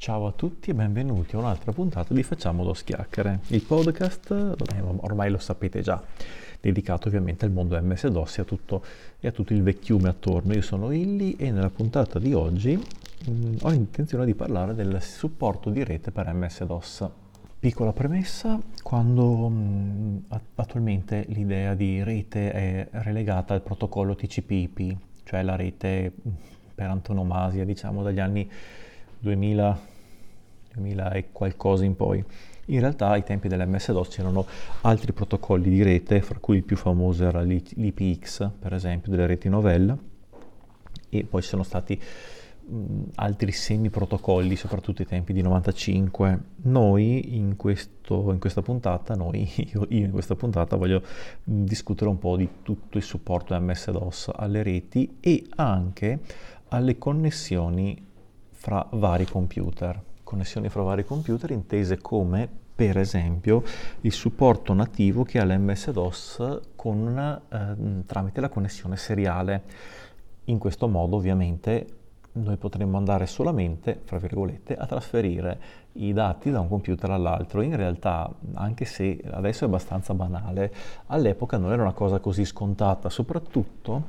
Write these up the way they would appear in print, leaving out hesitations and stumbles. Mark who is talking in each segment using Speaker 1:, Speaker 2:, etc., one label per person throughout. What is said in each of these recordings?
Speaker 1: Ciao a tutti e benvenuti a un'altra puntata di Facciamo dos Chiacchiere, il podcast, ormai lo sapete già, dedicato ovviamente al mondo MS-DOS e a tutto il vecchiume attorno. Io sono Illy e nella puntata di oggi ho intenzione di parlare del supporto di rete per MS-DOS. Piccola premessa, quando attualmente l'idea di rete è relegata al protocollo TCP/IP, cioè la rete per antonomasia, diciamo dagli anni 2000 e qualcosa in poi. In realtà ai tempi dell'MS-DOS c'erano altri protocolli di rete, fra cui il più famoso era l'IPX, per esempio, delle reti novella, e poi ci sono stati altri semi-protocolli, soprattutto ai tempi di 95. Noi in questa puntata, io in questa puntata voglio discutere un po' di tutto il supporto MS-DOS alle reti e anche alle connessioni fra vari computer. Connessioni fra vari computer intese come, per esempio, il supporto nativo che ha l'MS-DOS tramite la connessione seriale. In questo modo, ovviamente, noi potremmo andare solamente, fra virgolette, a trasferire i dati da un computer all'altro. In realtà, anche se adesso è abbastanza banale, all'epoca non era una cosa così scontata, soprattutto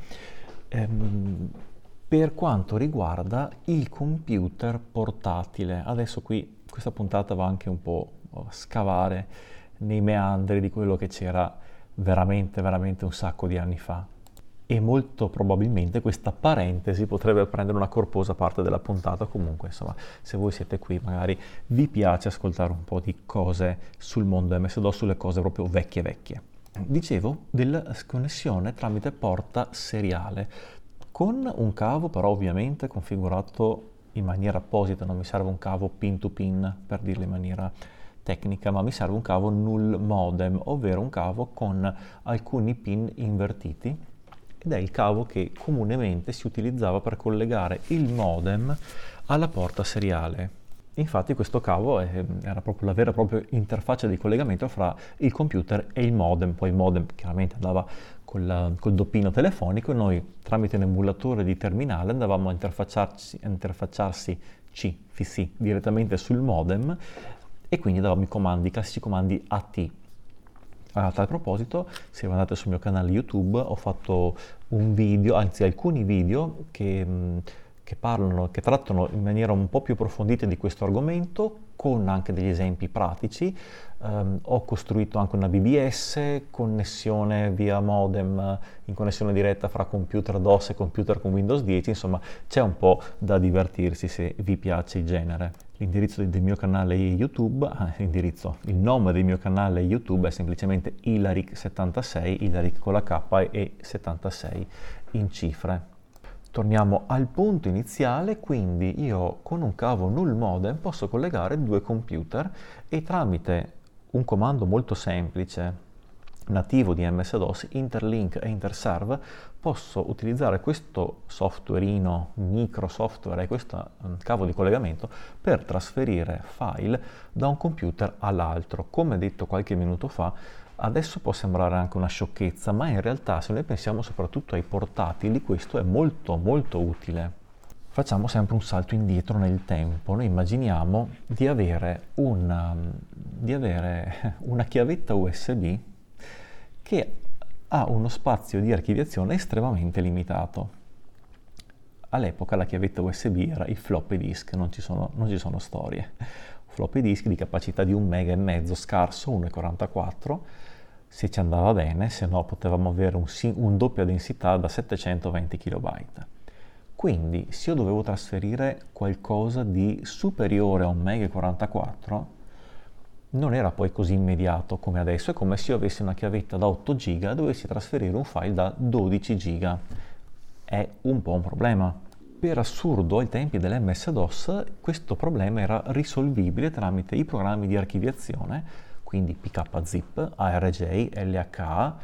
Speaker 1: per quanto riguarda il computer portatile. Adesso qui questa puntata va anche un po' a scavare nei meandri di quello che c'era veramente un sacco di anni fa. E molto probabilmente questa parentesi potrebbe prendere una corposa parte della puntata. Comunque, insomma, se voi siete qui, magari vi piace ascoltare un po' di cose sul mondo MS-DOS, sulle cose proprio vecchie. Dicevo della connessione tramite porta seriale, con un cavo però ovviamente configurato in maniera apposita. Non mi serve un cavo pin to pin, per dirlo in maniera tecnica, ma mi serve un cavo null modem, ovvero un cavo con alcuni pin invertiti, ed è il cavo che comunemente si utilizzava per collegare il modem alla porta seriale. Infatti questo cavo era proprio la vera e propria interfaccia di collegamento fra il computer e il modem. Poi il modem chiaramente andava col doppino telefonico e noi tramite un emulatore di terminale andavamo a interfacciarsi direttamente sul modem, e quindi davamo i classici comandi AT. A tal proposito, se andate sul mio canale YouTube, ho fatto un video, anzi alcuni video che trattano in maniera un po' più approfondita di questo argomento, con anche degli esempi pratici. Ho costruito anche una BBS, connessione via modem in connessione diretta fra computer DOS e computer con Windows 10, insomma c'è un po' da divertirsi se vi piace il genere. L'indirizzo del mio canale YouTube, il nome del mio canale YouTube è semplicemente Ilaric76, Ilaric con la K e 76 in cifre. Torniamo al punto iniziale, quindi io con un cavo null modem posso collegare due computer e tramite un comando molto semplice, nativo di MS-DOS, interlink e interserve, posso utilizzare questo micro software e questo cavo di collegamento per trasferire file da un computer all'altro. Come detto qualche minuto fa, adesso può sembrare anche una sciocchezza, ma in realtà se noi pensiamo soprattutto ai portatili, questo è molto utile. Facciamo sempre un salto indietro nel tempo. Noi immaginiamo di avere una chiavetta USB che ha uno spazio di archiviazione estremamente limitato. All'epoca la chiavetta USB era il floppy disk, non ci sono storie. Floppy disk di capacità di 1,5 MB scarso, 1,44, se ci andava bene, se no potevamo avere un doppia densità da 720 KB. Quindi se io dovevo trasferire qualcosa di superiore a 1,44 MB, non era poi così immediato come adesso. È come se io avessi una chiavetta da 8 GB e dovessi trasferire un file da 12 GB. È un po' un problema. Per assurdo, ai tempi dell'MS-DOS questo problema era risolvibile tramite i programmi di archiviazione, quindi PKZip, ARJ, LHA,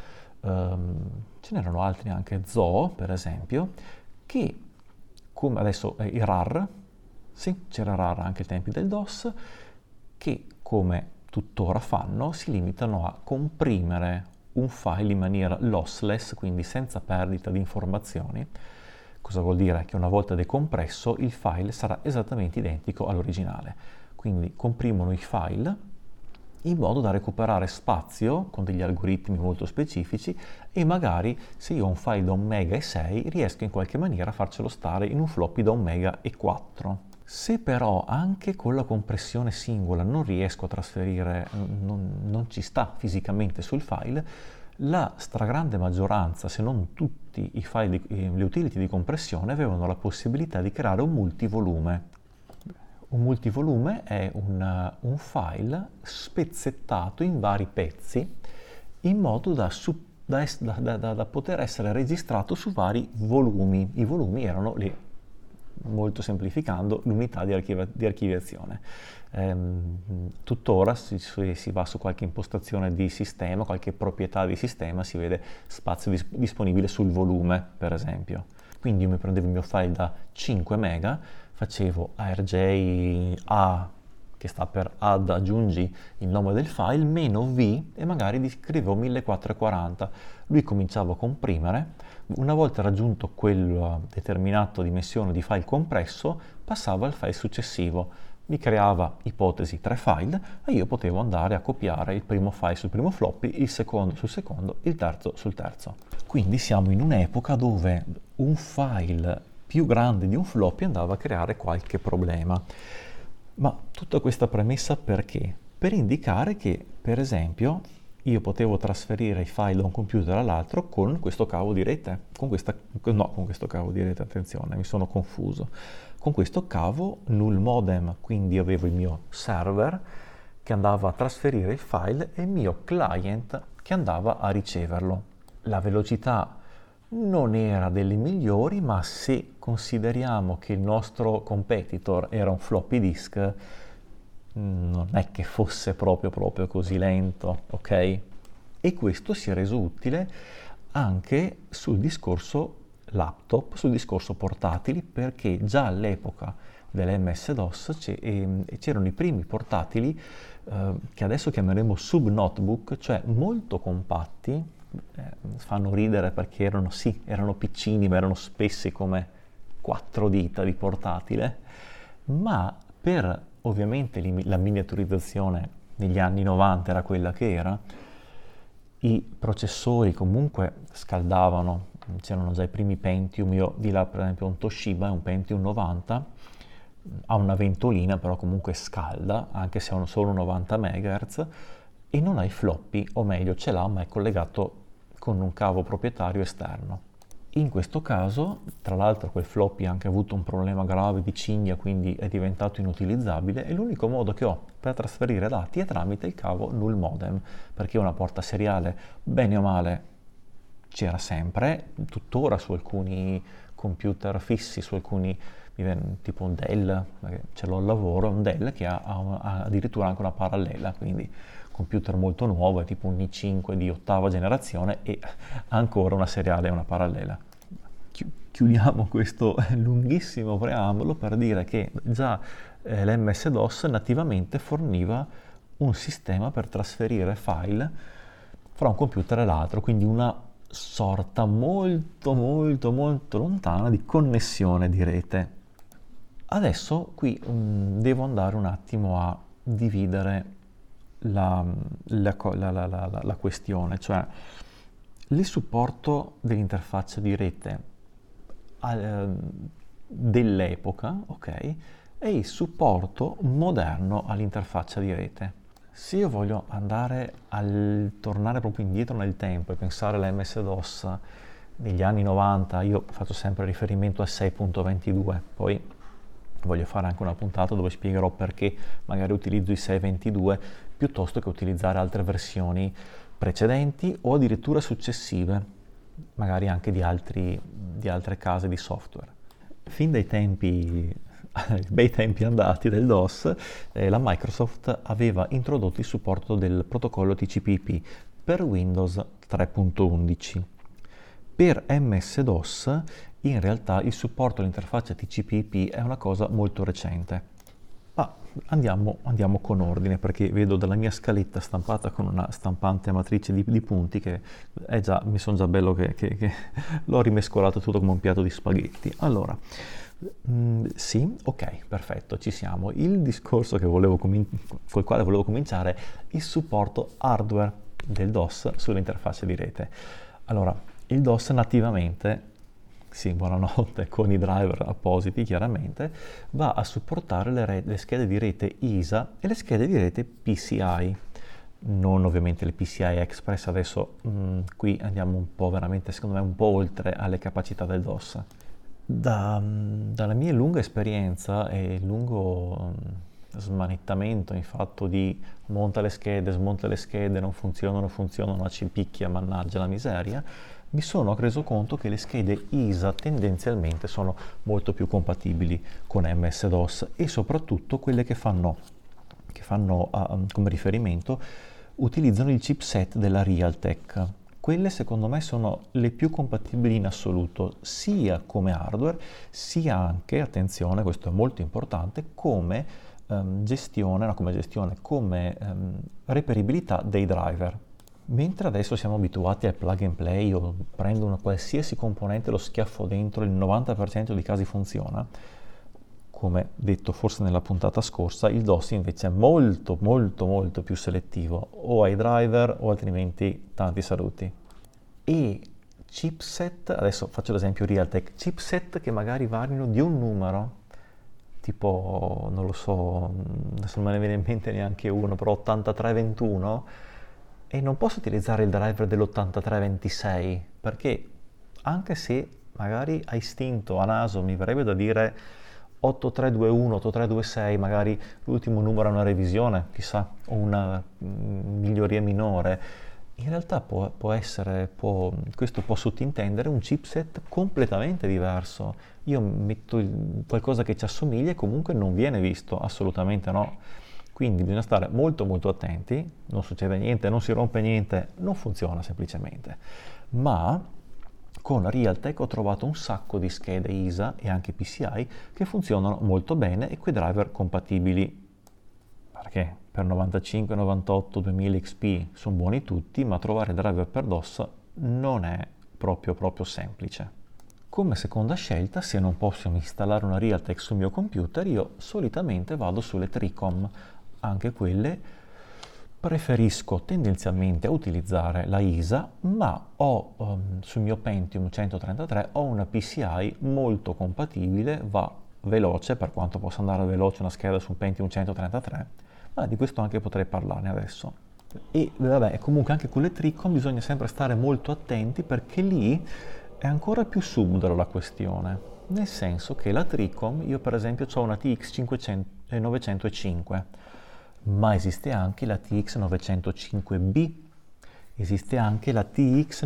Speaker 1: ce n'erano altri anche, Zoo per esempio, che come adesso il RAR, sì, c'era RAR anche ai tempi del DOS, che come tuttora fanno si limitano a comprimere un file in maniera lossless, quindi senza perdita di informazioni, Cosa vuol dire? Che una volta decompresso il file sarà esattamente identico all'originale. Quindi comprimono i file in modo da recuperare spazio con degli algoritmi molto specifici e magari se io ho un file da 1 mega e 6 riesco in qualche maniera a farcelo stare in un floppy da 1 mega e 4. Se però anche con la compressione singola non riesco a trasferire, non ci sta fisicamente sul file, la stragrande maggioranza, se non tutti i file, le utility di compressione avevano la possibilità di creare un multivolume. Un multivolume è un file spezzettato in vari pezzi in modo da poter essere registrato su vari volumi. I volumi erano lì, molto semplificando, l'unità di archiviazione. Tuttora si va su qualche impostazione di sistema, qualche proprietà di sistema, si vede spazio disponibile sul volume, per esempio. Quindi io mi prendevo il mio file da 5 mega, facevo arj a, che sta per add, aggiungi il nome del file, meno v e magari scrivevo 1440. Lui cominciava a comprimere, una volta raggiunto quella determinata dimensione di file compresso, passava al file successivo. Mi creava, ipotesi, 3 file e io potevo andare a copiare il primo file sul primo floppy, il secondo sul secondo, il terzo sul terzo. Quindi siamo in un'epoca dove un file più grande di un floppy andava a creare qualche problema. Ma tutta questa premessa perché? Per indicare che, per esempio, io potevo trasferire i file da un computer all'altro con questo cavo di rete, con questo cavo di rete, attenzione, mi sono confuso, con questo cavo null modem, quindi avevo il mio server che andava a trasferire il file e il mio client che andava a riceverlo. La velocità non era delle migliori, ma se consideriamo che il nostro competitor era un floppy disk, non è che fosse proprio così lento, ok? E questo si è reso utile anche sul discorso laptop, sul discorso portatili, perché già all'epoca dell'MS-DOS c'erano i primi portatili che adesso chiameremo sub-notebook, cioè molto compatti, fanno ridere perché erano piccini, ma erano spessi come 4 dita di portatile, ma per ovviamente la miniaturizzazione negli anni 90 era quella che era, i processori comunque scaldavano, c'erano già i primi Pentium, io di là per esempio un Toshiba è un Pentium 90, ha una ventolina però comunque scalda, anche se hanno solo 90 MHz, e non ha i floppy, o meglio ce l'ha ma è collegato con un cavo proprietario esterno. In questo caso, tra l'altro, quel floppy ha anche avuto un problema grave di cinghia, quindi è diventato inutilizzabile e l'unico modo che ho per trasferire dati è tramite il cavo null modem, perché una porta seriale, bene o male, c'era sempre, tuttora su alcuni computer fissi, su alcuni tipo un Dell, ce l'ho al lavoro, un Dell che ha addirittura anche una parallela, quindi computer molto nuovo, è tipo un i5 di 8ª generazione e ancora una seriale e una parallela. Chiudiamo questo lunghissimo preambolo per dire che già l'MS-DOS nativamente forniva un sistema per trasferire file fra un computer e l'altro, quindi una sorta molto lontana di connessione di rete. Adesso qui devo andare un attimo a dividere la questione, cioè il supporto dell'interfaccia di rete dell'epoca, ok, e il supporto moderno all'interfaccia di rete. Se io voglio tornare proprio indietro nel tempo e pensare all'MS-DOS negli anni 90, io faccio sempre riferimento a 6.22, poi voglio fare anche una puntata dove spiegherò perché magari utilizzo i 6.22 piuttosto che utilizzare altre versioni precedenti o addirittura successive, magari anche di altre case di software. Fin dai bei tempi andati del DOS, la Microsoft aveva introdotto il supporto del protocollo TCP/IP per Windows 3.11. Per MS-DOS in realtà il supporto all'interfaccia TCP/IP è una cosa molto recente, ma andiamo con ordine, perché vedo dalla mia scaletta stampata con una stampante a matrice di punti che mi sono già bello che l'ho rimescolato tutto come un piatto di spaghetti. Allora, sì, ok, perfetto, ci siamo. Il discorso col quale volevo cominciare è il supporto hardware del DOS sull'interfaccia di rete. Allora, il DOS nativamente, sì, buonanotte, con i driver appositi chiaramente, va a supportare le schede di rete ISA e le schede di rete PCI. Non ovviamente le PCI Express, adesso qui andiamo un po' veramente, secondo me, un po' oltre alle capacità del DOS. Dalla mia lunga esperienza e lungo smanettamento in fatto di monta le schede, smonta le schede, non funzionano, ci picchia, mannaggia la miseria, mi sono reso conto che le schede ISA tendenzialmente sono molto più compatibili con MS-DOS e soprattutto quelle che fanno come riferimento utilizzano il chipset della Realtek. Quelle secondo me sono le più compatibili in assoluto, sia come hardware, sia anche, attenzione, questo è molto importante, come come reperibilità dei driver. Mentre adesso siamo abituati al plug and play o prendo una qualsiasi componente, lo schiaffo dentro, il 90% dei casi funziona, come detto forse nella puntata scorsa, il DOS invece è molto molto molto più selettivo, o ai driver o altrimenti tanti saluti. E chipset, adesso faccio l'esempio Realtek, chipset che magari variano di un numero, tipo, non lo so, adesso non me ne viene in mente neanche uno, però 8321, e non posso utilizzare il driver dell'8326, perché anche se magari a istinto, a naso, mi verrebbe da dire 8321, 8326, magari l'ultimo numero è una revisione, chissà, o una miglioria minore. In realtà questo può sottintendere un chipset completamente diverso. Io metto qualcosa che ci assomiglia e comunque non viene visto, assolutamente no. Quindi bisogna stare molto molto attenti, non succede niente, non si rompe niente, non funziona semplicemente. Ma con Realtek ho trovato un sacco di schede ISA e anche PCI che funzionano molto bene e quei driver compatibili. Perché per 95, 98, 2000 XP sono buoni tutti, ma trovare driver per DOS non è proprio semplice. Come seconda scelta, se non posso installare una Realtek sul mio computer, io solitamente vado sulle Tricom. Anche quelle preferisco tendenzialmente a utilizzare la ISA, ma sul mio Pentium 133 ho una PCI molto compatibile, va veloce, per quanto possa andare veloce una scheda su un Pentium 133, ma di questo anche potrei parlarne adesso. E vabbè, comunque anche con le Tricom bisogna sempre stare molto attenti, perché lì è ancora più subdola la questione, nel senso che la Tricom, io per esempio ho una TX 905, ma esiste anche la TX 905B, esiste anche la TX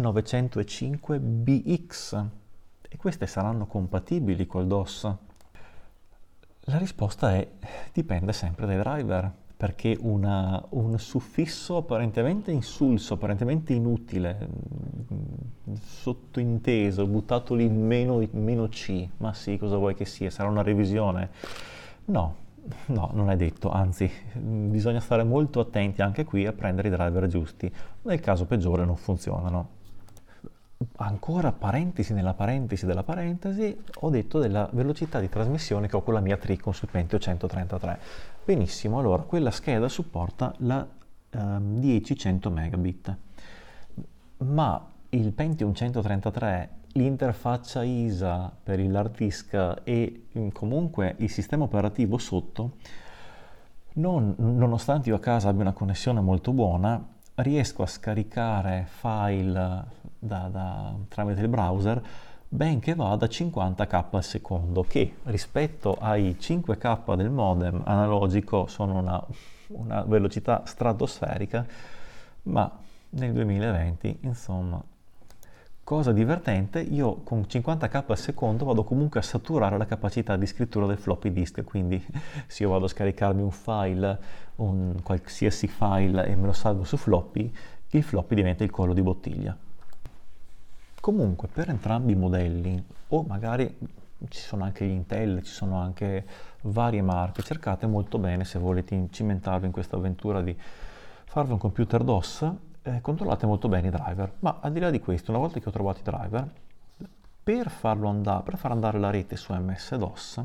Speaker 1: 905BX e queste saranno compatibili col DOS? La risposta è dipende sempre dai driver, perché un suffisso apparentemente insulso, apparentemente inutile, sottointeso, buttato lì meno C, ma sì, cosa vuoi che sia? Sarà una revisione? No, non è detto, anzi, bisogna stare molto attenti anche qui a prendere i driver giusti. Nel caso peggiore non funzionano. Ancora parentesi nella parentesi della parentesi, ho detto della velocità di trasmissione che ho con la mia Tricom sul Pentium 133. Benissimo, allora quella scheda supporta la 10-100 megabit, ma il Pentium 133, l'interfaccia ISA per l'hard disk e comunque il sistema operativo sotto, nonostante io a casa abbia una connessione molto buona, riesco a scaricare file tramite il browser ben che vada a 50k al secondo, che rispetto ai 5k del modem analogico sono una velocità stratosferica, ma nel 2020, insomma, cosa divertente, io con 50k al secondo vado comunque a saturare la capacità di scrittura del floppy disk, quindi se io vado a scaricarmi un file, un qualsiasi file e me lo salvo su floppy, il floppy diventa il collo di bottiglia. Comunque per entrambi i modelli, o magari ci sono anche gli Intel, ci sono anche varie marche, cercate molto bene se volete cimentarvi in questa avventura di farvi un computer DOS, controllate molto bene i driver. Ma al di là di questo, una volta che ho trovato i driver, per far andare la rete su MS-DOS,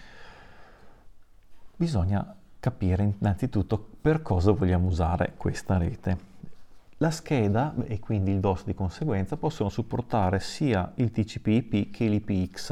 Speaker 1: bisogna capire innanzitutto per cosa vogliamo usare questa rete. La scheda e quindi il DOS di conseguenza possono supportare sia il TCP/IP che l'IPX.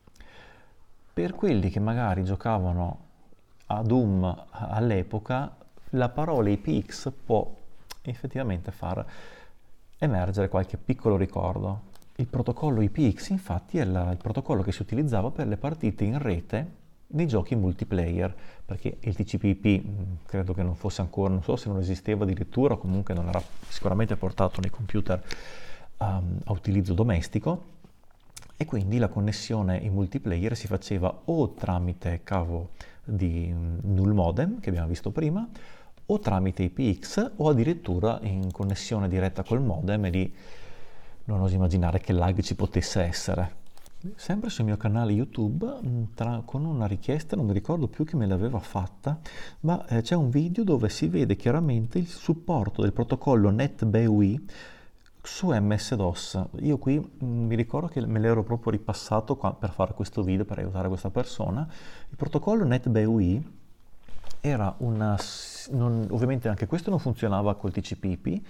Speaker 1: Per quelli che magari giocavano a Doom all'epoca, la parola IPX può effettivamente far emergere qualche piccolo ricordo. Il protocollo IPX infatti è il protocollo che si utilizzava per le partite in rete nei giochi multiplayer, perché il TCP/IP credo che non fosse ancora, non so se non esisteva addirittura, o comunque non era sicuramente portato nei computer a utilizzo domestico, e quindi la connessione in multiplayer si faceva o tramite cavo di null modem che abbiamo visto prima, o tramite IPX, o addirittura in connessione diretta col modem, e lì non oso immaginare che lag ci potesse essere. Sempre sul mio canale YouTube, con una richiesta, non mi ricordo più chi me l'aveva fatta, ma c'è un video dove si vede chiaramente il supporto del protocollo NetBEUI su MS-DOS. Io qui mi ricordo che me l'ero proprio ripassato per fare questo video, per aiutare questa persona. Il protocollo NetBEUI era ovviamente anche questo non funzionava col TCP/IP,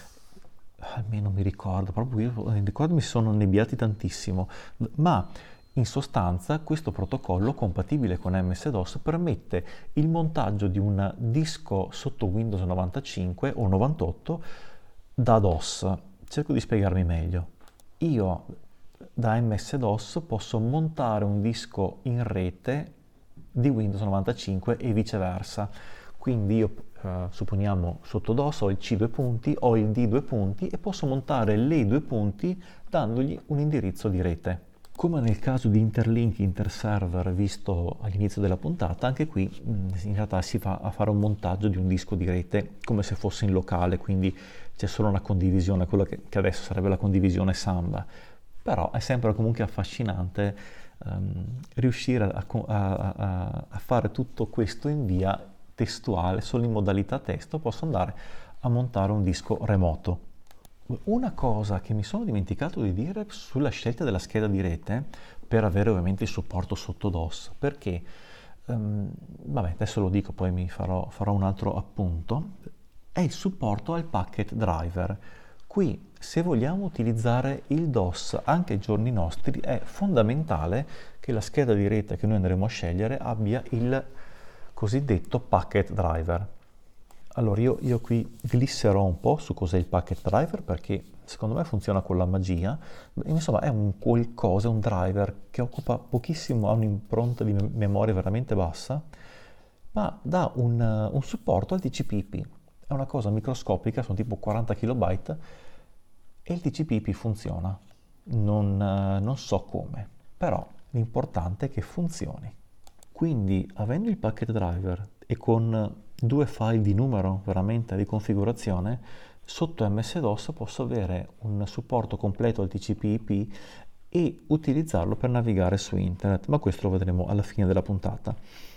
Speaker 1: almeno mi ricordo, proprio io i ricordi mi sono annebbiati tantissimo, ma in sostanza questo protocollo compatibile con MS-DOS permette il montaggio di un disco sotto Windows 95 o 98 da DOS. Cerco di spiegarmi meglio. Io da MS-DOS posso montare un disco in rete di Windows 95 e viceversa. Quindi io supponiamo sotto DOS ho il C due punti, ho il D due punti e posso montare le due punti dandogli un indirizzo di rete. Come nel caso di interlink interserver visto all'inizio della puntata, anche qui in realtà si va a fare un montaggio di un disco di rete come se fosse in locale, quindi c'è solo una condivisione, quello che adesso sarebbe la condivisione Samba. Però è sempre comunque affascinante riuscire a fare tutto questo in via testuale, solo in modalità testo posso andare a montare un disco remoto. Una cosa che mi sono dimenticato di dire sulla scelta della scheda di rete, per avere ovviamente il supporto sotto DOS, perché vabbè, adesso lo dico, poi farò un altro appunto, è il supporto al packet driver. Qui, se vogliamo utilizzare il DOS anche ai giorni nostri, è fondamentale che la scheda di rete che noi andremo a scegliere abbia il cosiddetto packet driver. Allora io qui glisserò un po' su cos'è il packet driver, perché secondo me funziona con la magia. Insomma, è un qualcosa, un driver che occupa pochissimo, ha un'impronta di memoria veramente bassa, ma dà un supporto al TCP/IP. È una cosa microscopica, sono tipo 40 KB, e il TCP/IP funziona. Non so come, però l'importante è che funzioni. Quindi, avendo il packet driver e con due file di numero veramente di configurazione, sotto MS-DOS posso avere un supporto completo al TCP/IP e utilizzarlo per navigare su internet, ma questo lo vedremo alla fine della puntata.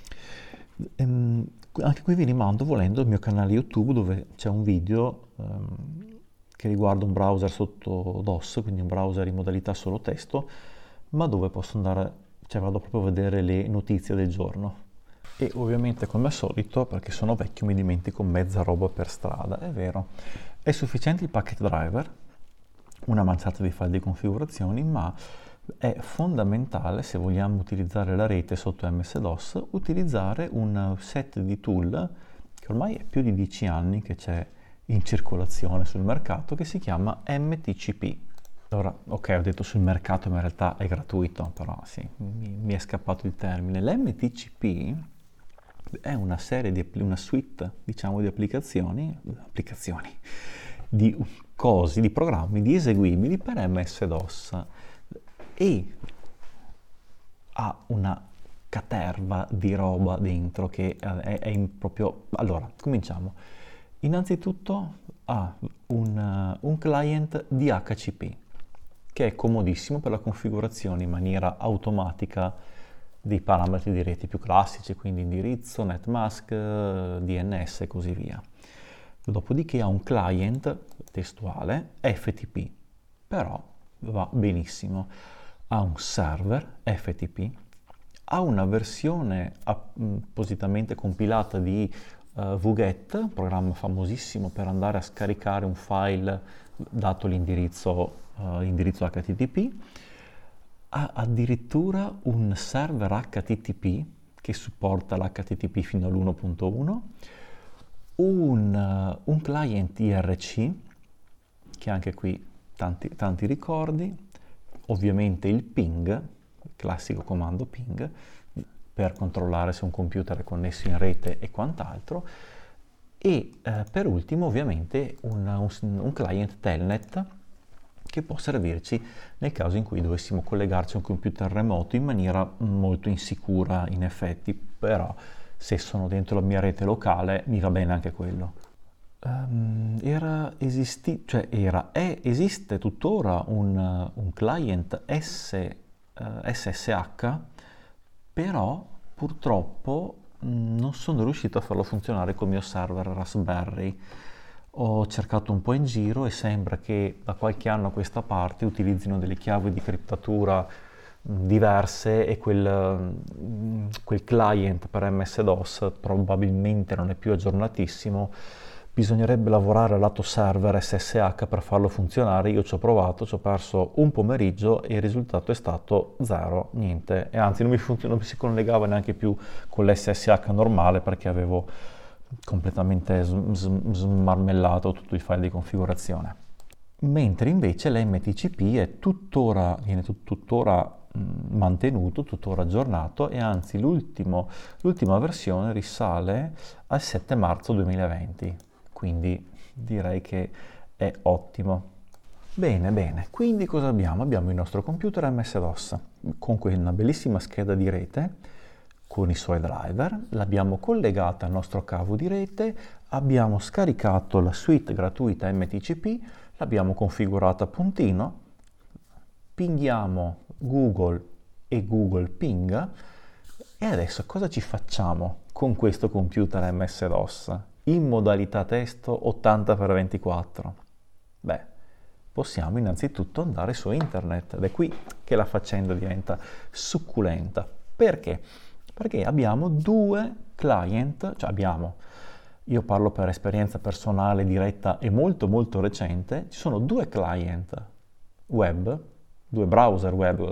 Speaker 1: Anche qui vi rimando, volendo, al mio canale YouTube, dove c'è un video che riguarda un browser sotto DOS, quindi un browser in modalità solo testo, ma dove posso andare, cioè vado proprio a vedere le notizie del giorno. E ovviamente, come al solito, perché sono vecchio mi dimentico mezza roba per strada. È vero, è sufficiente il packet driver, una manciata di file di configurazioni, ma è fondamentale, se vogliamo utilizzare la rete sotto MS-DOS, utilizzare un set di tool che ormai è più di 10 anni che c'è in circolazione sul mercato, che si chiama MTCP. Ora, ok, ho detto sul mercato, ma in realtà è gratuito, però sì, mi è scappato il termine. L'MTCP è una serie una suite, diciamo, di applicazioni, di cosi, di programmi, di eseguibili per MS-DOS, e ha una caterva di roba dentro che è proprio... Allora, cominciamo. Innanzitutto ha un client DHCP. che è comodissimo per la configurazione in maniera automatica dei parametri di rete più classici, quindi indirizzo, netmask, DNS e così via. Dopodiché ha un client testuale FTP, però va benissimo. Ha un server FTP, ha una versione appositamente compilata di wget, un programma famosissimo per andare a scaricare un file dato l'indirizzo HTTP, ha addirittura un server HTTP che supporta l'HTTP fino all'1.1, un client IRC, che anche qui tanti ricordi, ovviamente il ping, il classico comando ping, per controllare se un computer è connesso in rete e quant'altro, e per ultimo ovviamente un client telnet che può servirci nel caso in cui dovessimo collegarci a un computer remoto in maniera molto insicura in effetti, però se sono dentro la mia rete locale mi va bene anche quello. Esiste tuttora un client SSH, però purtroppo non sono riuscito a farlo funzionare col mio server Raspberry. Ho cercato un po' in giro e sembra che da qualche anno a questa parte utilizzino delle chiavi di criptatura diverse e quel client per MS-DOS probabilmente non è più aggiornatissimo. Bisognerebbe lavorare al lato server SSH per farlo funzionare. Io ci ho provato, ci ho perso un pomeriggio e il risultato è stato zero, niente. E anzi non mi si collegava neanche più con l'SSH normale perché avevo completamente smarmellato tutti i file di configurazione. Mentre invece l'MTCP viene tuttora mantenuto, tuttora aggiornato, e anzi l'ultima versione risale al 7 marzo 2020, quindi direi che è ottimo. Bene, quindi cosa abbiamo? Abbiamo il nostro computer MS-DOS con una bellissima scheda di rete con i suoi driver, l'abbiamo collegata al nostro cavo di rete, abbiamo scaricato la suite gratuita MTCP, l'abbiamo configurata a puntino, pinghiamo Google e Google Ping, e adesso cosa ci facciamo con questo computer MS-DOS in modalità testo 80x24? Beh, possiamo innanzitutto andare su internet ed è qui che la faccenda diventa succulenta. Perché? Perché abbiamo due client, io parlo per esperienza personale diretta e molto molto recente, ci sono due client web, due browser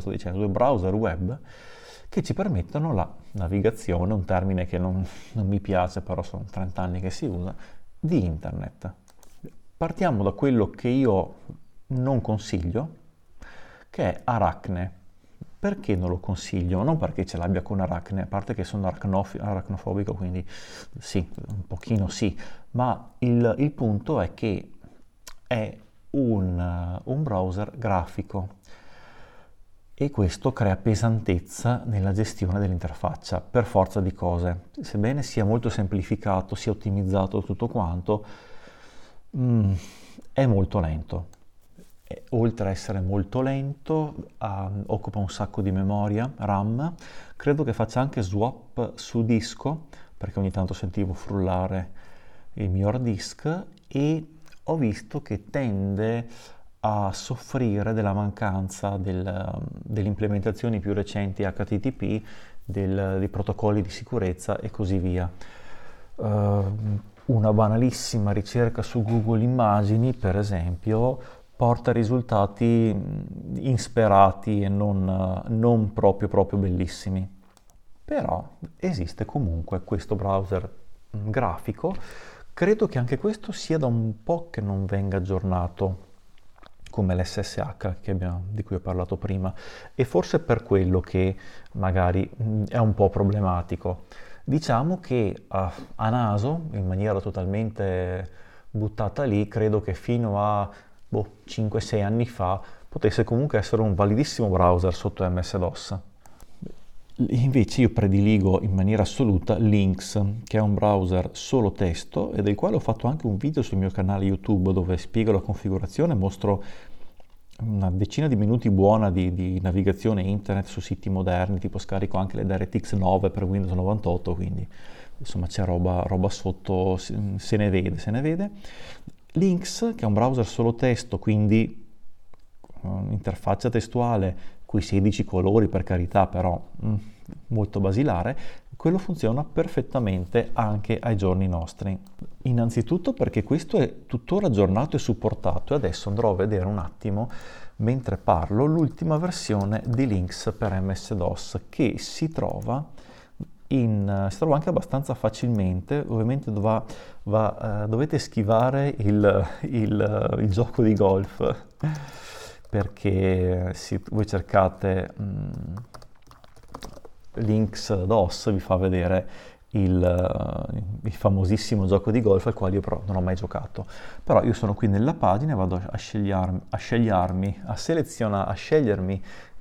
Speaker 1: web che ci permettono la navigazione, un termine che non mi piace, però sono 30 anni che si usa, di internet. Partiamo da quello che io non consiglio, che è Arachne. Perché non lo consiglio? Non perché ce l'abbia con Arachne, a parte che sono arachnofobico, quindi sì, un pochino sì, ma il punto è che è un browser grafico e questo crea pesantezza nella gestione dell'interfaccia per forza di cose. Sebbene sia molto semplificato, sia ottimizzato tutto quanto, è molto lento. Oltre a essere molto lento, occupa un sacco di memoria RAM, credo che faccia anche swap su disco, perché ogni tanto sentivo frullare il mio hard disk, e ho visto che tende a soffrire della mancanza delle implementazioni più recenti HTTP, dei protocolli di sicurezza e così via. Una banalissima ricerca su Google Immagini, per esempio, porta risultati insperati e non proprio bellissimi. Però esiste comunque questo browser grafico, credo che anche questo sia da un po' che non venga aggiornato come l'SSH di cui ho parlato prima, e forse per quello che magari è un po' problematico. Diciamo che a naso, in maniera totalmente buttata lì, credo che fino a 5-6 anni fa potesse comunque essere un validissimo browser sotto MS-DOS. Invece io prediligo in maniera assoluta Lynx, che è un browser solo testo e del quale ho fatto anche un video sul mio canale YouTube dove spiego la configurazione, mostro una decina di minuti buona di navigazione internet su siti moderni, tipo scarico anche le DirectX 9 per Windows 98, quindi insomma c'è roba sotto, se ne vede, se ne vede. Lynx, che è un browser solo testo, quindi interfaccia testuale, quei 16 colori per carità, però molto basilare, quello funziona perfettamente anche ai giorni nostri. Innanzitutto perché questo è tuttora aggiornato e supportato, e adesso andrò a vedere un attimo, mentre parlo, l'ultima versione di Lynx per MS-DOS, che si trova anche abbastanza facilmente. Ovviamente dovete schivare il gioco di golf, perché se voi cercate Lynx DOS vi fa vedere il famosissimo gioco di golf al quale io però non ho mai giocato. Però io sono qui nella pagina e vado a scegliermi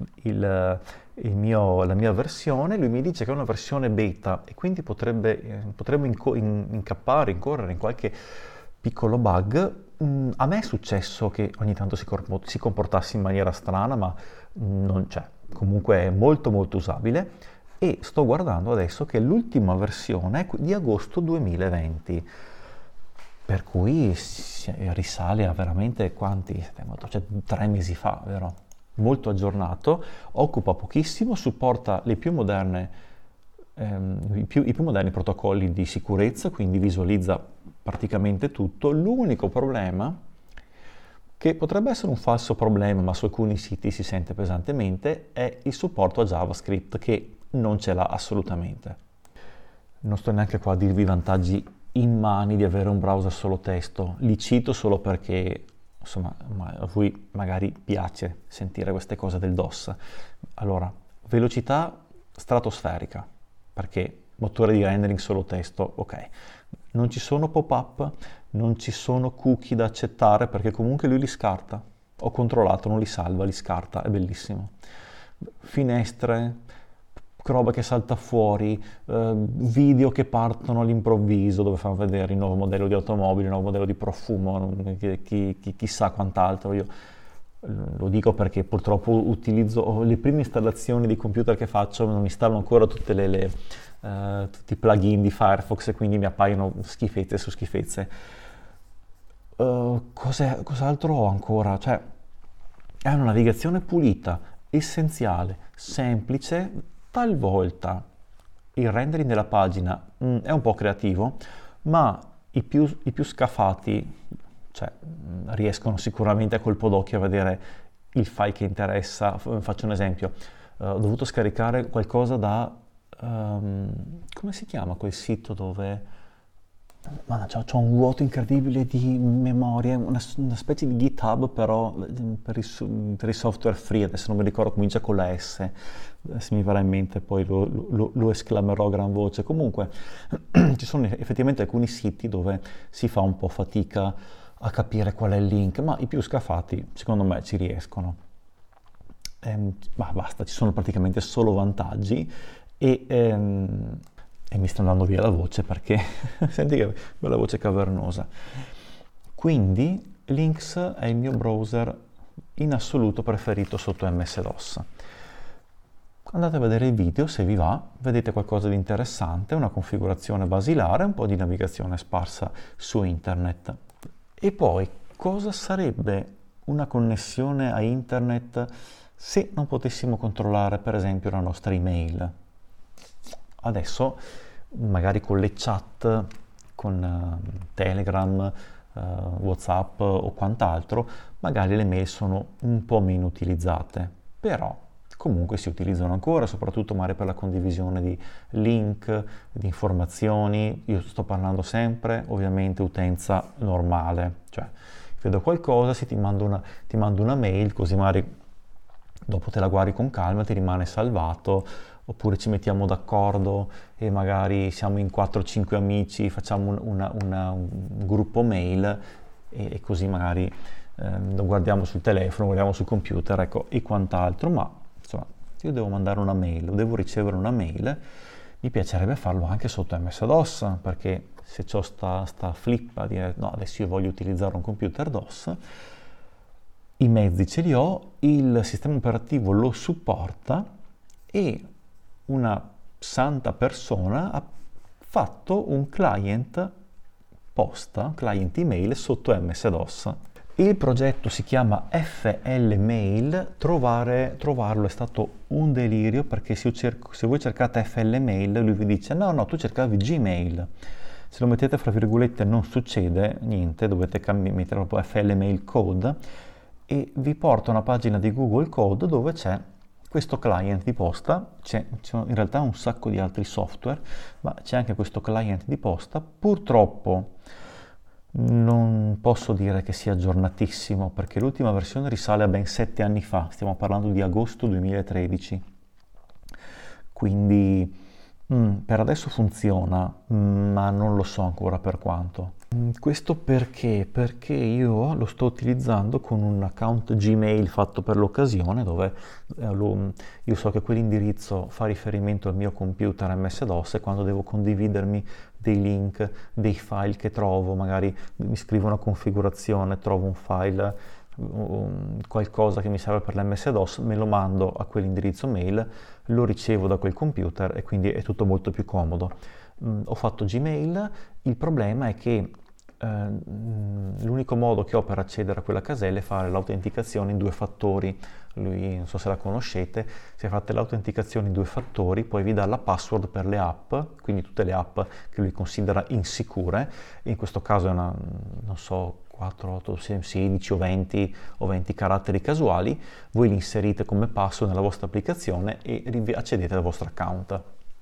Speaker 1: la mia versione. Lui mi dice che è una versione beta e quindi potremmo incorrere in qualche piccolo bug. A me è successo che ogni tanto si comportasse in maniera strana, ma non c'è. Comunque è molto molto usabile, e sto guardando adesso che l'ultima versione è di agosto 2020, per cui risale a veramente cioè 3 mesi fa, vero? Molto aggiornato, occupa pochissimo, supporta le più moderne, i più moderni protocolli di sicurezza, quindi visualizza praticamente tutto. L'unico problema, che potrebbe essere un falso problema, ma su alcuni siti si sente pesantemente, è il supporto a JavaScript, che non ce l'ha assolutamente. Non sto neanche qua a dirvi i vantaggi immani di avere un browser solo testo, li cito solo perché insomma a voi magari piace sentire queste cose del DOS. Allora, velocità stratosferica, perché motore di rendering solo testo, ok. Non ci sono pop-up, non ci sono cookie da accettare, perché comunque lui li scarta. Ho controllato, non li salva, li scarta, è bellissimo. Finestre, roba che salta fuori, video che partono all'improvviso dove fanno vedere il nuovo modello di automobile, il nuovo modello di profumo, chissà quant'altro. Io lo dico perché purtroppo utilizzo le prime installazioni di computer che faccio, non installo ancora tutti i plugin di Firefox, e quindi mi appaiono schifezze su schifezze. Cos'altro ho ancora? Cioè, è una navigazione pulita, essenziale, semplice. Talvolta il rendering della pagina è un po' creativo, ma i più scafati, cioè, riescono sicuramente a colpo d'occhio a vedere il file che interessa. Faccio un esempio: ho dovuto scaricare qualcosa come si chiama quel sito dove... Ma c'ho un vuoto incredibile di memoria, una specie di GitHub però per i software free, adesso non mi ricordo, comincia con la S, se mi verrà in mente poi lo esclamerò a gran voce. Comunque ci sono effettivamente alcuni siti dove si fa un po' fatica a capire qual è il link, ma i più scafati secondo me ci riescono. Ma basta, ci sono praticamente solo vantaggi, e mi sta andando via la voce perché senti che bella voce cavernosa. Quindi Lynx è il mio browser in assoluto preferito sotto MS-DOS. Andate a vedere il video se vi va, vedete qualcosa di interessante, una configurazione basilare, un po' di navigazione sparsa su internet. E poi, cosa sarebbe una connessione a internet se non potessimo controllare per esempio la nostra email? Adesso magari con le chat, con Telegram, WhatsApp o quant'altro, magari le mail sono un po' meno utilizzate, però comunque si utilizzano ancora, soprattutto magari per la condivisione di link, di informazioni. Io sto parlando sempre, ovviamente, utenza normale, cioè vedo qualcosa, se ti mando una mail, così magari dopo te la guardi con calma, ti rimane salvato. Oppure ci mettiamo d'accordo e magari siamo in 4-5 amici, facciamo un gruppo mail, e così magari lo guardiamo sul telefono, guardiamo sul computer, ecco, e quant'altro. Ma insomma, io devo mandare una mail, o devo ricevere una mail, mi piacerebbe farlo anche sotto MS-DOS, perché se ho sta flippa di dire no, adesso io voglio utilizzare un computer DOS, I mezzi ce li ho, il sistema operativo lo supporta e una santa persona ha fatto un client posta, client email sotto MS-DOS. Il progetto si chiama FL Mail, trovarlo è stato un delirio perché se voi cercate FL Mail lui vi dice no, tu cercavi Gmail. Se lo mettete fra virgolette non succede niente, dovete mettere proprio FL Mail Code e vi porta a una pagina di Google Code dove c'è questo client di posta, c'è in realtà un sacco di altri software, ma c'è anche questo client di posta. Purtroppo non posso dire che sia aggiornatissimo perché l'ultima versione risale a ben 7 anni fa, stiamo parlando di agosto 2013, quindi per adesso funziona, ma non lo so ancora per quanto. Questo perché? Perché io lo sto utilizzando con un account Gmail fatto per l'occasione dove io so che quell'indirizzo fa riferimento al mio computer MS-DOS e quando devo condividermi dei link, dei file che trovo, magari mi scrivo una configurazione, trovo un file, qualcosa che mi serve per l'MS-DOS, me lo mando a quell'indirizzo mail, lo ricevo da quel computer e quindi è tutto molto più comodo. Ho fatto Gmail, il problema è che l'unico modo che ho per accedere a quella casella è fare l'autenticazione in 2 fattori. Lui, non so se la conoscete, se fate l'autenticazione in 2 fattori, poi vi dà la password per le app, quindi tutte le app che lui considera insicure, in questo caso è una, non so, 4, 8, 16 o 20 caratteri casuali, voi li inserite come password nella vostra applicazione e accedete al vostro account.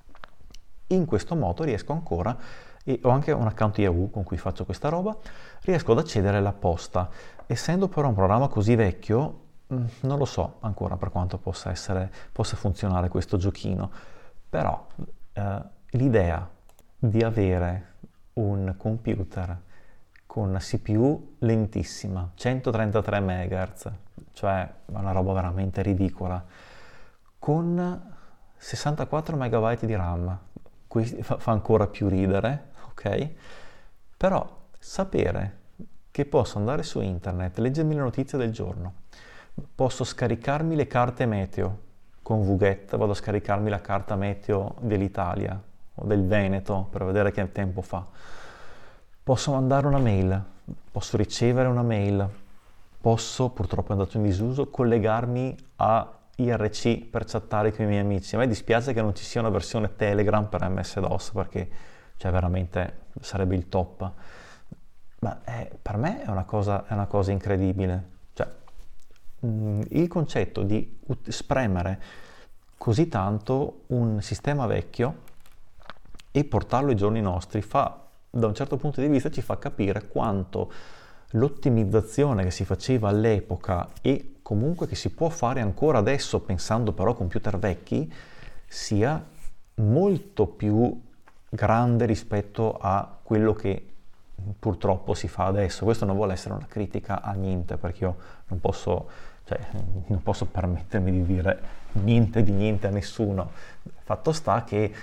Speaker 1: In questo modo riesco ancora, e ho anche un account Yahoo con cui faccio questa roba, riesco ad accedere alla posta. Essendo però un programma così vecchio, non lo so ancora per quanto possa funzionare questo giochino, però l'idea di avere un computer con una CPU lentissima, 133 MHz, cioè una roba veramente ridicola, con 64 MB di RAM, fa ancora più ridere, ok? Però sapere che posso andare su internet, leggermi le notizie del giorno, posso scaricarmi le carte meteo con Vuget, vado a scaricarmi la carta meteo dell'Italia o del Veneto per vedere che tempo fa, posso mandare una mail, posso ricevere una mail, posso, purtroppo è andato in disuso, collegarmi a IRC per chattare con i miei amici. A me dispiace che non ci sia una versione Telegram per MS-DOS perché cioè, veramente sarebbe il top. Ma per me è una cosa incredibile. Cioè, il concetto di spremere così tanto un sistema vecchio e portarlo ai giorni nostri da un certo punto di vista ci fa capire quanto l'ottimizzazione che si faceva all'epoca e comunque che si può fare ancora adesso pensando però a computer vecchi sia molto più grande rispetto a quello che purtroppo si fa adesso. Questo non vuole essere una critica a niente perché io non posso permettermi di dire niente di niente a nessuno. Fatto sta che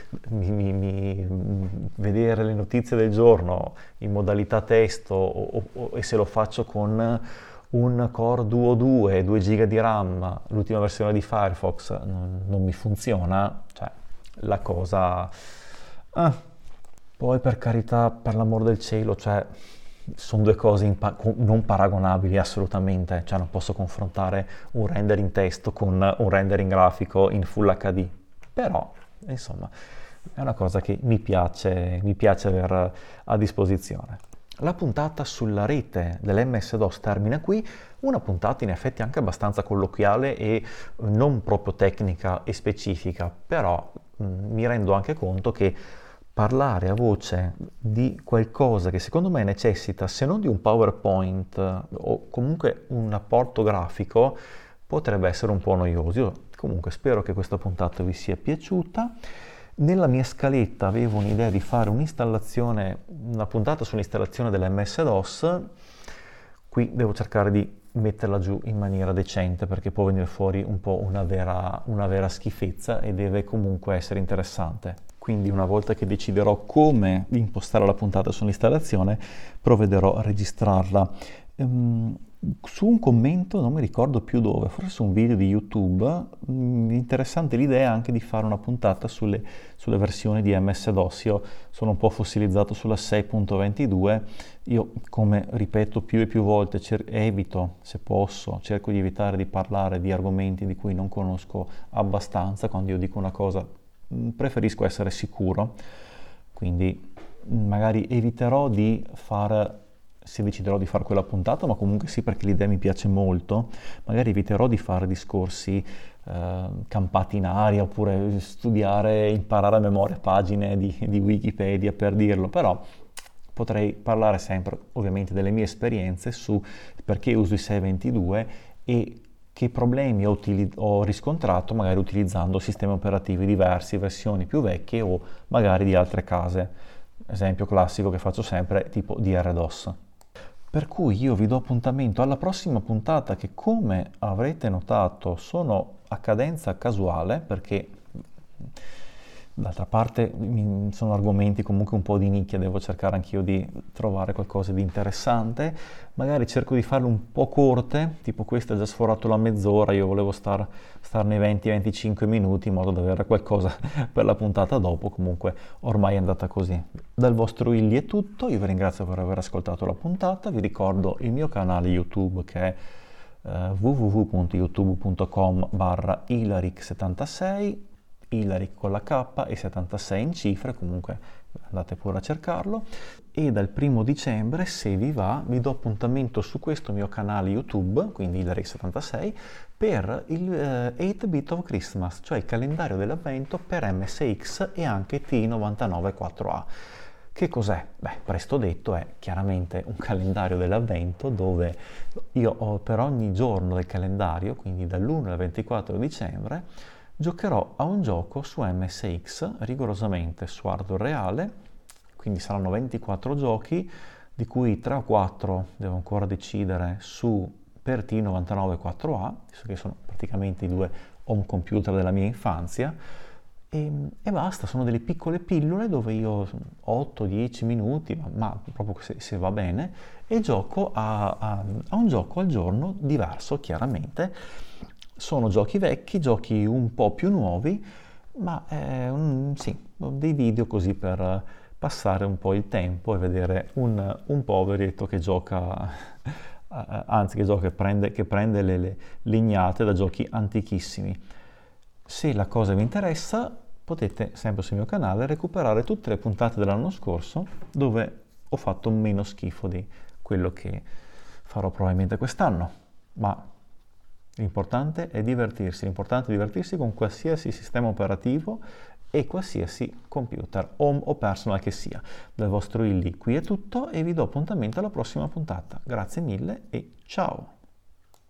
Speaker 1: vedere le notizie del giorno in modalità testo e se lo faccio con un Core Duo 2, 2 GB di RAM, l'ultima versione di Firefox non mi funziona, cioè la cosa... Poi per carità, per l'amor del cielo, cioè sono 2 cose non paragonabili assolutamente, cioè non posso confrontare un rendering testo con un rendering grafico in Full HD, però insomma è una cosa che mi piace avere a disposizione. La puntata sulla rete dell'MS-DOS termina qui, una puntata in effetti anche abbastanza colloquiale e non proprio tecnica e specifica, però mi rendo anche conto che parlare a voce di qualcosa che secondo me necessita, se non di un PowerPoint o comunque un apporto grafico, potrebbe essere un po' noioso. Io comunque spero che questa puntata vi sia piaciuta. Nella mia scaletta avevo un'idea di fare una puntata sull'installazione dell'MS-DOS. Qui devo cercare di metterla giù in maniera decente perché può venire fuori un po' una vera schifezza e deve comunque essere interessante. Quindi una volta che deciderò come impostare la puntata sull'installazione, provvederò a registrarla. su un commento, non mi ricordo più dove, forse su un video di YouTube, interessante l'idea anche di fare una puntata sulle versioni di MS-DOS. Io sono un po' fossilizzato sulla 6.22, io come ripeto più e più volte evito, se posso, cerco di evitare di parlare di argomenti di cui non conosco abbastanza. Quando io dico una cosa preferisco essere sicuro, quindi magari eviterò di fare, se deciderò di fare quella puntata, ma comunque sì, perché l'idea mi piace molto, magari eviterò di fare discorsi campati in aria, oppure studiare, imparare a memoria pagine di Wikipedia per dirlo, però potrei parlare sempre ovviamente delle mie esperienze su perché uso i 622 e che problemi ho riscontrato magari utilizzando sistemi operativi diversi, versioni più vecchie o magari di altre case. Esempio classico che faccio sempre, tipo DRDOS. Per cui io vi do appuntamento alla prossima puntata che, come avrete notato, sono a cadenza casuale perché d'altra parte sono argomenti comunque un po' di nicchia, devo cercare anch'io di trovare qualcosa di interessante. Magari cerco di farle un po' corte, tipo questa ha già sforato la mezz'ora, io volevo starne 20-25 minuti in modo da avere qualcosa per la puntata dopo. Comunque ormai è andata così. Dal vostro Illy è tutto, io vi ringrazio per aver ascoltato la puntata, vi ricordo il mio canale YouTube che è www.youtube.com/ilaric76, Ilaric con la K e 76 in cifre, comunque andate pure a cercarlo. E dal 1° dicembre, se vi va, vi do appuntamento su questo mio canale YouTube, quindi Ilaric76, per il 8-Bit of Christmas, cioè il calendario dell'avvento per MSX e anche T994A. Che cos'è? Beh, presto detto, è chiaramente un calendario dell'avvento dove io ho per ogni giorno del calendario, quindi dall'1 al 24 dicembre, giocherò a un gioco su MSX, rigorosamente su hardware reale, quindi saranno 24 giochi, di cui 3 o 4 devo ancora decidere per T994A, visto che sono praticamente i due home computer della mia infanzia, e basta, sono delle piccole pillole dove io 8-10 minuti, ma proprio se va bene, e gioco a un gioco al giorno diverso, chiaramente. Sono giochi vecchi, giochi un po' più nuovi, ma sì, dei video così per passare un po' il tempo e vedere un poveretto che gioca, anzi che prende le legnate da giochi antichissimi. Se la cosa vi interessa, potete sempre sul mio canale recuperare tutte le puntate dell'anno scorso dove ho fatto meno schifo di quello che farò probabilmente quest'anno. Ma l'importante è divertirsi con qualsiasi sistema operativo e qualsiasi computer, home o personal che sia. Dal vostro Illy qui è tutto e vi do appuntamento alla prossima puntata. Grazie mille e ciao!